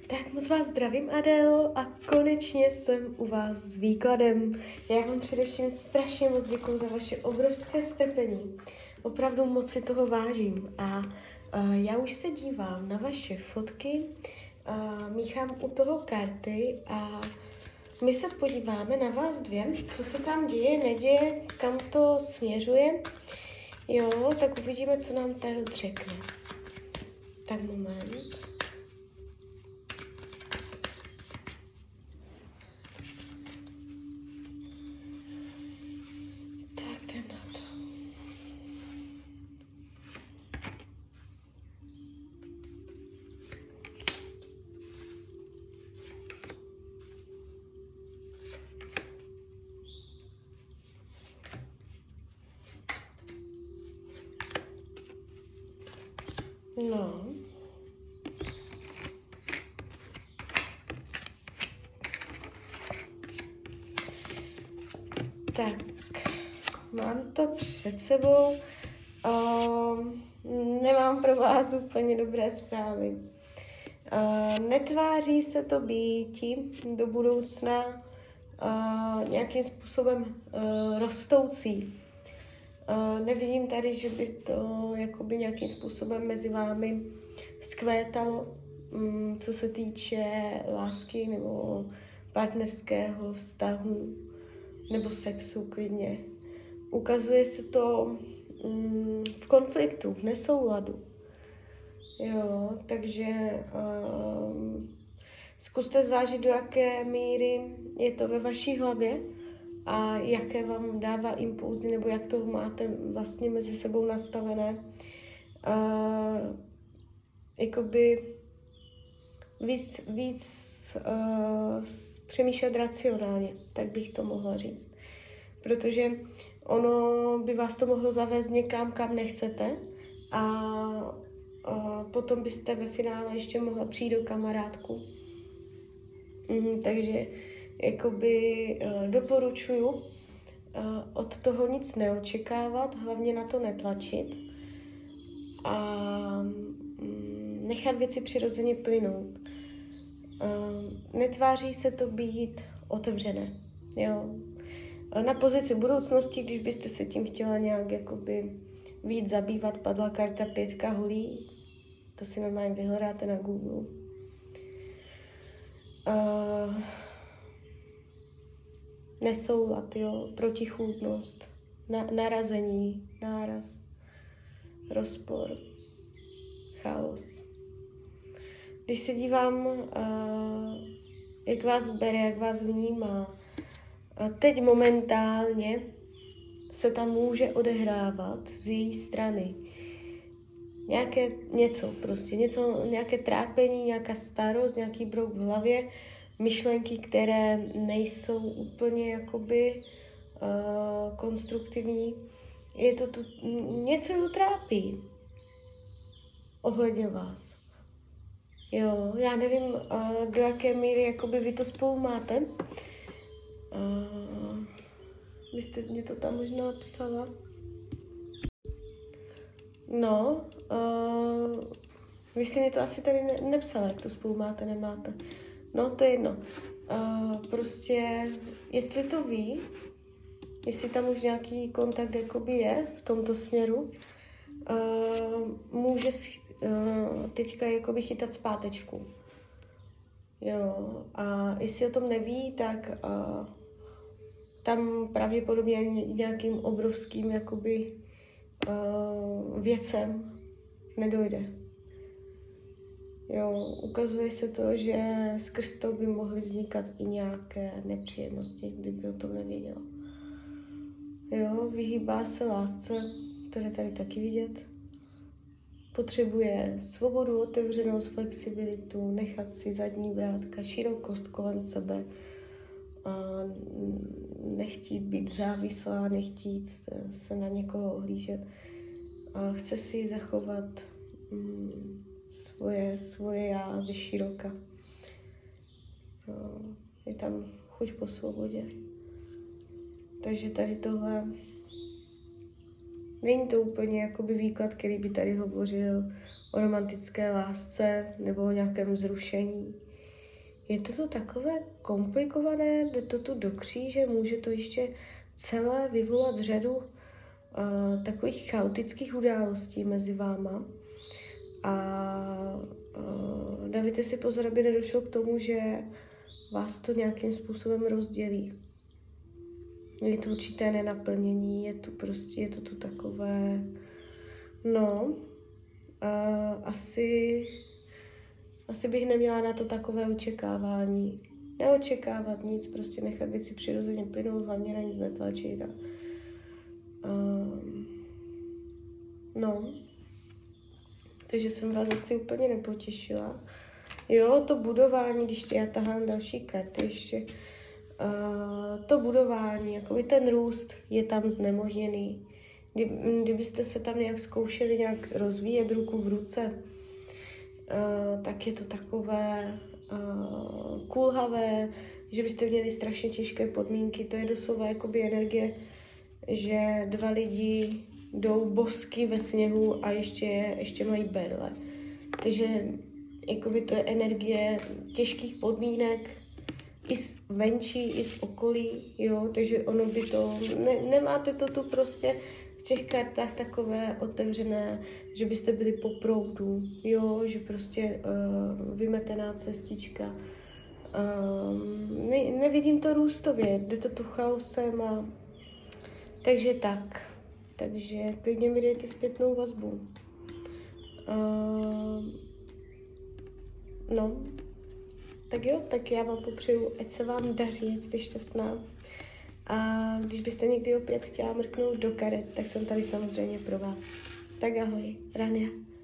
Tak moc vás zdravím, Adélo, a konečně jsem u vás s výkladem. Já vám především strašně moc děkuju za vaše obrovské strpení. Opravdu moc si toho vážím. A já už se dívám na vaše fotky, míchám u toho karty a my se podíváme na vás dvě, co se tam děje, neděje, kam to směřuje. Jo, tak uvidíme, co nám Tarot řekne. Tak moment. Tak jdem na to. No. Tak, mám to před sebou. Nemám pro vás úplně dobré zprávy. Netváří se to býti do budoucna nějakým způsobem rostoucí. Nevidím tady, že by to jakoby nějakým způsobem mezi vámi vzkvétalo, co se týče lásky nebo partnerského vztahu nebo sexu klidně. Ukazuje se to v konfliktu, v nesouladu. Jo, takže zkuste zvážit, do jaké míry je to ve vaší hlavě a jaké vám dává impulzy, nebo jak to máte vlastně mezi sebou nastavené. Jakoby víc přemýšlet racionálně, tak bych to mohla říct. Protože ono by vás to mohlo zavést někam, kam nechcete a potom byste ve finále ještě mohla přijít do kamarádku. Takže jakoby doporučuju od toho nic neočekávat, hlavně na to netlačit a nechat věci přirozeně plynout. Netváří se to být otevřené. Jo. Na pozici budoucnosti, když byste se tím chtěla nějak jakoby víc zabývat, padla karta 5 holí. To si normálně vyhledáte na Google. Nesoulad, jo, protichůdnost, narazení, náraz, rozpor, chaos. Když se dívám, jak vás bere, jak vás vnímá, teď momentálně se tam může odehrávat z její strany nějaké trápení, nějaká starost, nějaký brouk v hlavě, myšlenky, které nejsou úplně jakoby konstruktivní. Něco to trápí ohledně vás. Jo, já nevím, do jaké míry jakoby vy to spolu máte. Vy jste mě to tam možná psala. No, vy jste mě to asi tady nepsala, jak to spolu máte, nemáte. No, to je jedno. Prostě, jestli to ví, jestli tam už nějaký kontakt jakoby je v tomto směru, může teďka jakoby chytat zpátečku. Jo, a jestli o tom neví, tak tam pravděpodobně nějakým obrovským jakoby věcem nedojde. Jo, ukazuje se to, že skrz to by mohly vznikat i nějaké nepříjemnosti, kdyby o tom nevěděla. Jo, vyhýbá se lásce, to je tady taky vidět. Potřebuje svobodu, otevřenost, flexibilitu, nechat si zadní vrátka, širokost kolem sebe, nechtít být závislá, nechtít se na někoho ohlížet. Chce si zachovat svoje já ze široka. Je tam chuť po svobodě. Takže tady tohle není to úplně jakoby výklad, který by tady hovořil o romantické lásce nebo o nějakém zrušení. Je to tu takové komplikované, jde to tu do kříže, může to ještě celé vyvolat řadu takových chaotických událostí mezi váma. A dávajte si pozor, aby nedošlo k tomu, že vás to nějakým způsobem rozdělí. Je to určité nenaplnění, je to tu takové, asi bych neměla na to takové očekávání. Neočekávat nic, prostě nechat věci přirozeně plynout, hlavně na nic netlačit. Takže jsem vás asi úplně nepotěšila. Jo, to budování, když já tahám další karty ještě, to budování, jakoby ten růst je tam znemožněný. Kdybyste se tam nějak zkoušeli nějak rozvíjet ruku v ruce, tak je to takové kulhavé, že byste měli strašně těžké podmínky. To je doslova jakoby energie, že dva lidi jdou bosky ve sněhu a ještě mají berle. Takže jakoby to je energie těžkých podmínek, i z venčí, i z okolí, jo, takže ono by to, nemáte to tu prostě v těch kartách takové otevřené, že byste byli po proudu, jo, že prostě vymetená cestička. Nevidím to růstově, jde to tu chaosem a takže tak. Takže klidně mi dejte zpětnou vazbu. Tak jo, tak já vám popřeju, ať se vám daří, ať jste šťastná. A když byste někdy opět chtěla mrknout do karet, tak jsem tady samozřejmě pro vás. Tak ahoj, Rania.